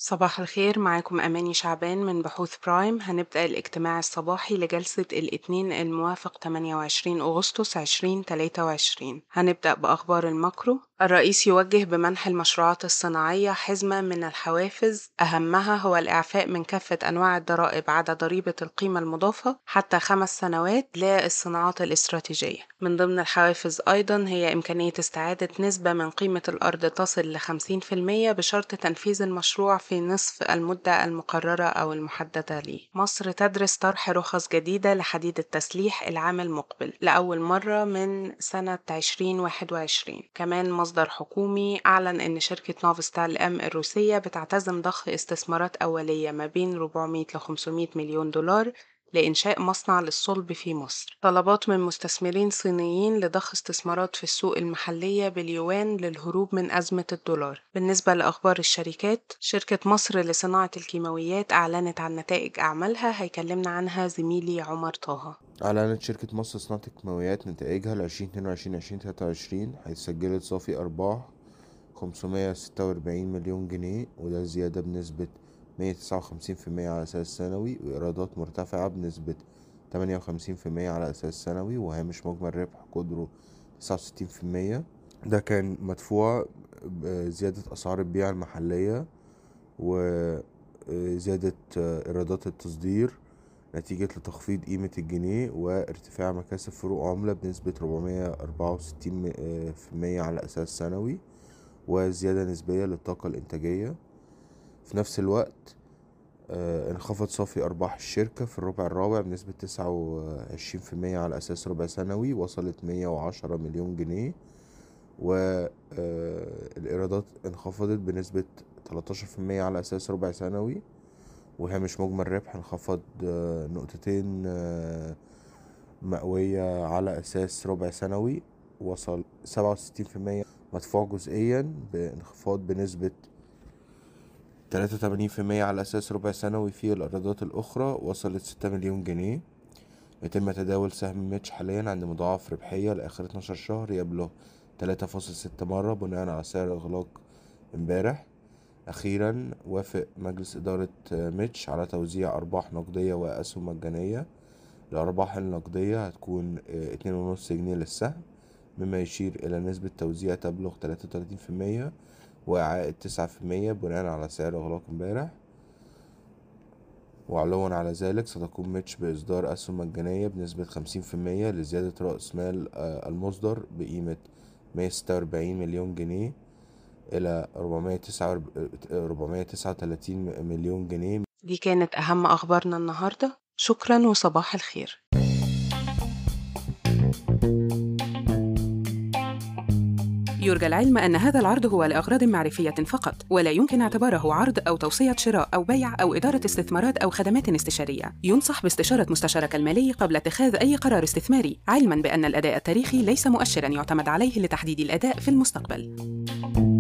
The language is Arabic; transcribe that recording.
صباح الخير، معاكم أماني شعبان من بحوث برايم. هنبدأ الاجتماع الصباحي لجلسة الاثنين الموافق 28 أغسطس 2023. هنبدأ بأخبار الماكرو. الرئيس يوجه بمنح المشروعات الصناعية حزمة من الحوافز، أهمها هو الإعفاء من كافة أنواع الضرائب عدا ضريبة القيمة المضافة حتى 5 سنوات للصناعات الاستراتيجية. من ضمن الحوافز أيضا هي إمكانية استعادة نسبة من قيمة الأرض تصل ل 50% بشرط تنفيذ المشروع في نصف المدة المقررة أو المحددة ليه. مصر تدرس طرح رخص جديدة لحديد التسليح العام المقبل لأول مرة من سنة 2021. كمان مصدر حكومي أعلن أن شركة نوفستال أم الروسية بتعتزم ضخ استثمارات أولية ما بين 400 ل 500 مليون دولار لإنشاء مصنع للصلب في مصر. طلبات من مستثمرين صينيين لضخ استثمارات في السوق المحلية باليوان للهروب من أزمة الدولار. بالنسبة لأخبار الشركات، شركة مصر لصناعة الكيماويات أعلنت عن نتائج أعمالها، هيكلمنا عنها زميلي عمر طه. أعلنت شركة مصر لصناعة الكيماويات نتائجها ل 2022-2023، حيث سجلت صافي أرباح 546 مليون جنيه، وده زيادة بنسبة 159% على أساس سنوي، وإيرادات مرتفعة بنسبة 58% على أساس سنوي، وهامش مجمل ربح قدره 69%. ده كان مدفوع بزيادة أسعار البيع المحلية وزيادة إيرادات التصدير نتيجة لتخفيض قيمة الجنيه وارتفاع مكاسب فروق عملة بنسبة 464% على أساس سنوي، وزيادة نسبية للطاقة الإنتاجية. في نفس الوقت انخفض صافي أرباح الشركة في الربع الرابع بنسبة 29% على أساس ربع سنوي، وصلت 110 مليون جنيه، والإيرادات انخفضت بنسبة 13% على أساس ربع سنوي، وهامش مجمل ربح انخفض نقطتين مئوية على أساس ربع سنوي، وصل 67%، مدفوع جزئيا بانخفاض بنسبة 83% على أساس ربع سنوي. في الإيرادات الأخرى وصلت 6 مليون جنيه. يتم تداول سهم ميتش حاليا عند مضاعف ربحية لآخر 12 شهر يبلغ 3.6 مرة بناء على سعر إغلاق امبارح. أخيرا وافق مجلس إدارة ميتش على توزيع أرباح نقدية وأسهم مجانية. الأرباح النقدية هتكون 2.5 جنيه للسهم، مما يشير إلى نسبة توزيع تبلغ 33%، وإعاءة 9% بناء على سعر إغلاق امبارح. وعلوا على ذلك ستقوم ميتش بإصدار أسهم مجانية بنسبة 50% لزيادة رأس مال المصدر بقيمة 146 مليون جنيه إلى 439 مليون جنيه. دي كانت أهم أخبارنا النهاردة، شكرا وصباح الخير. يرجى العلم أن هذا العرض هو لأغراض معرفية فقط، ولا يمكن اعتباره عرض أو توصية شراء أو بيع أو إدارة استثمارات أو خدمات استشارية. ينصح باستشارة مستشارك المالي قبل اتخاذ أي قرار استثماري، علماً بأن الأداء التاريخي ليس مؤشراً يعتمد عليه لتحديد الأداء في المستقبل.